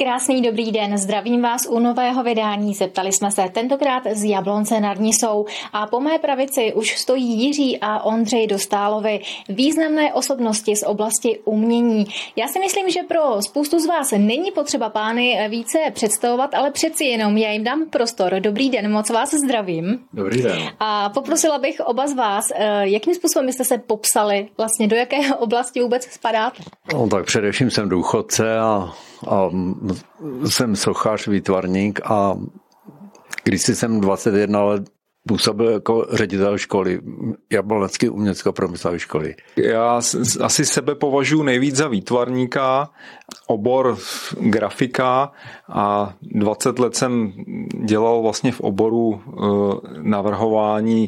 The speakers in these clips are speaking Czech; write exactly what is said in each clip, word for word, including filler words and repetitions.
Krásný dobrý den, zdravím vás u nového vydání. Zeptali jsme se tentokrát z Jablonce nad Nisou a po mé pravici už stojí Jiří a Ondřej Dostálovi, významné osobnosti z oblasti umění. Já si myslím, že pro spoustu z vás není potřeba pány více představovat, ale přeci jenom já jim dám prostor. Dobrý den, moc vás zdravím. Dobrý den. A poprosila bych oba z vás, jakým způsobem jste se popsali, vlastně do jaké oblasti vůbec spadáte? No tak především jsem důchodce a A jsem sochař, výtvarník a když jsem dvacet jedna let působil jako ředitel školy, Jablonecké umělecko-průmyslové školy. Já asi sebe považuji nejvíc za výtvarníka, obor grafika a dvacet let jsem dělal vlastně v oboru navrhování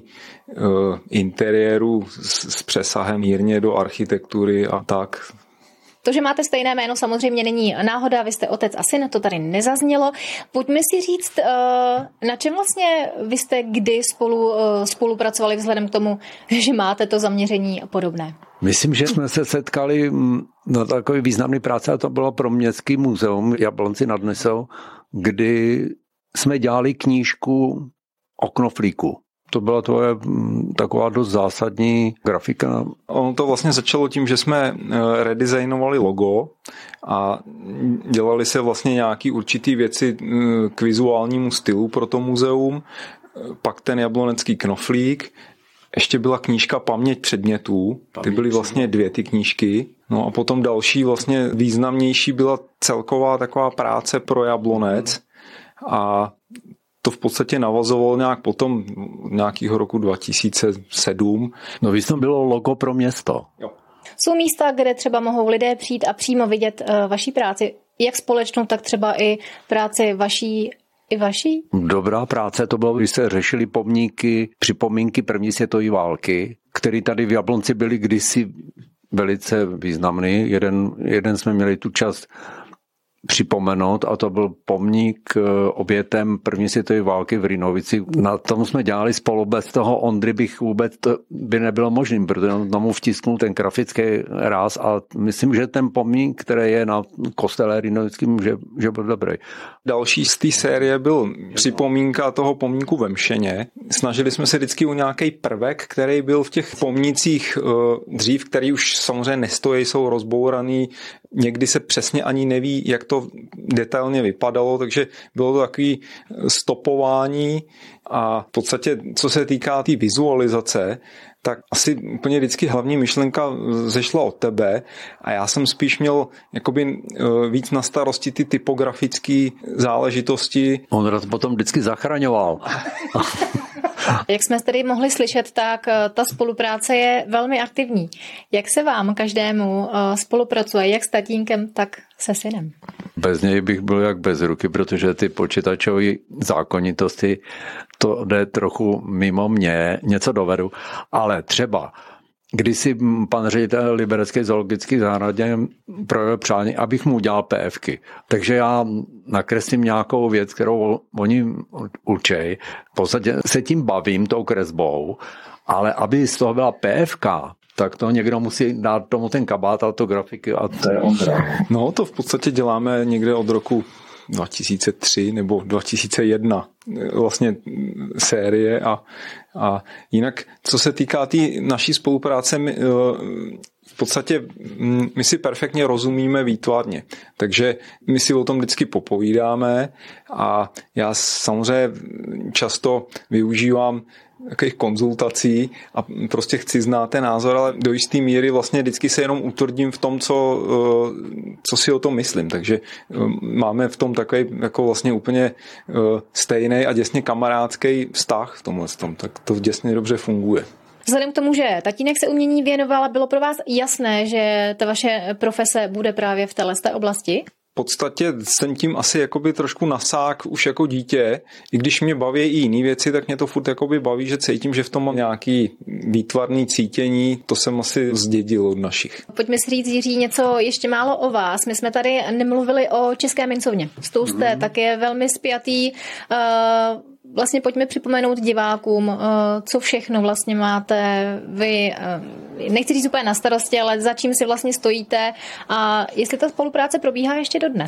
interiéru s přesahem mírně do architektury a tak. To, že máte stejné jméno, samozřejmě není náhoda, vy jste otec a syn, to tady nezaznělo. Pojďme si říct, na čem vlastně vy jste kdy spolu, spolupracovali vzhledem k tomu, že máte to zaměření a podobné? Myslím, že jsme se setkali na takové významné práce a to bylo pro Městský muzeum Jablonci nad Nisou, kdy jsme dělali knížku o knoflíku. To byla tvoje taková dost zásadní grafika. Ono to vlastně začalo tím, že jsme redesignovali logo a dělali se vlastně nějaký určitý věci k vizuálnímu stylu pro to muzeum. Pak ten jablonecký knoflík. Ještě byla knížka Paměť předmětů. Ty byly vlastně dvě ty knížky. No a potom další vlastně významnější byla celková taková práce pro Jablonec a to v podstatě navazovalo nějak potom nějakého roku dva tisíce sedm. No víc to bylo logo pro město. Jo. Jsou místa, kde třeba mohou lidé přijít a přímo vidět uh, vaší práci, jak společnou, tak třeba i práci vaší i vaší? Dobrá práce to bylo, když se řešili pomníky, připomínky první světové války, které tady v Jablonci byly kdysi velice významný. Jeden, jeden jsme měli tu čas připomenout a to byl pomník obětem první světové války v Rinovici. Na tom jsme dělali spolu, bez toho Ondry bych vůbec to by nebylo možným, protože on tomu vtisknul ten grafický ráz a myslím, že ten pomník, který je na kostele Rinovickým, že, že byl dobrý. Další z té série byl připomínka toho pomníku ve Mšeně. Snažili jsme se vždycky o nějaký prvek, který byl v těch pomnících dřív, který už samozřejmě nestojí, jsou rozbouraný. Někdy se přesně ani neví, jak to detailně vypadalo, takže bylo to takový stopování a v podstatě, co se týká té tý vizualizace, tak asi úplně vždycky hlavní myšlenka zešla od tebe a já jsem spíš měl jakoby víc na starosti ty typografické záležitosti. On to potom vždycky zachraňoval. Jak jsme tedy mohli slyšet, tak ta spolupráce je velmi aktivní. Jak se vám každému spolupracuje, jak s tatínkem, tak se synem? Bez něj bych byl jak bez ruky, protože ty počítačové zákonitosti, to jde trochu mimo mě, něco dovedu, ale třeba když si pan ředitel Liberecké zoologické zahradě projevil přání, abych mu udělal PFky. Takže já nakreslím nějakou věc, kterou oni učej. V podstatě se tím bavím, tou kresbou, ale aby z toho byla PFka, tak to někdo musí dát tomu ten kabát a to grafiky a to je Ondra. No to v podstatě děláme někde od roku dva tisíce tři nebo dva tisíce jedna vlastně série a, a jinak, co se týká té tý naší spolupráce, my, v podstatě my si perfektně rozumíme výtvarně, takže my si o tom vždycky popovídáme a já samozřejmě často využívám takových konzultací a prostě chci znát ten názor, ale do jisté míry vlastně vždycky se jenom utvrdím v tom, co, co si o tom myslím. Takže máme v tom takový jako vlastně úplně stejný a děsně kamarádský vztah v tomhle tom, tak to děsně dobře funguje. Vzhledem k tomu, že tatínek se umění věnoval, bylo pro vás jasné, že ta vaše profese bude právě v této oblasti? V podstatě jsem tím asi jakoby trošku nasák už jako dítě. I když mě baví i jiné věci, tak mě to furt jakoby baví, že cítím, že v tom mám nějaký výtvarný cítění. To jsem asi zdědil od našich. Pojďme si říct, Jiří, něco ještě málo o vás. My jsme tady nemluvili o České mincovně. S tou jste mm. také velmi spjatý. Uh, Vlastně pojďme připomenout divákům, co všechno vlastně máte vy, nechci říct úplně na starosti, ale za čím si vlastně stojíte a jestli ta spolupráce probíhá ještě dodnes.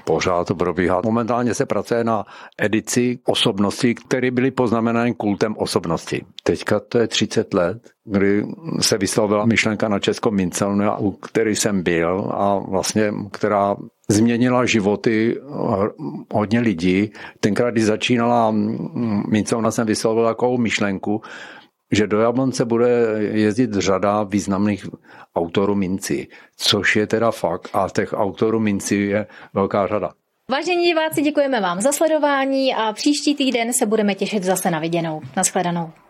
pořád to probíhá. Momentálně se pracuje na edici osobností, které byly poznamenány kultem osobnosti. Teďka to je třicet let, kdy se vyslovila myšlenka na českou mincelnu, u které jsem byl a vlastně, která změnila životy hodně lidí. Tenkrát, když začínala mincelna, jsem vyslovil takovou myšlenku, že do Jablonce bude jezdit řada významných autorů mincí, což je teda fakt a těch autorů mincí je velká řada. Vážení diváci, děkujeme vám za sledování a příští týden se budeme těšit zase na viděnou. Naschledanou.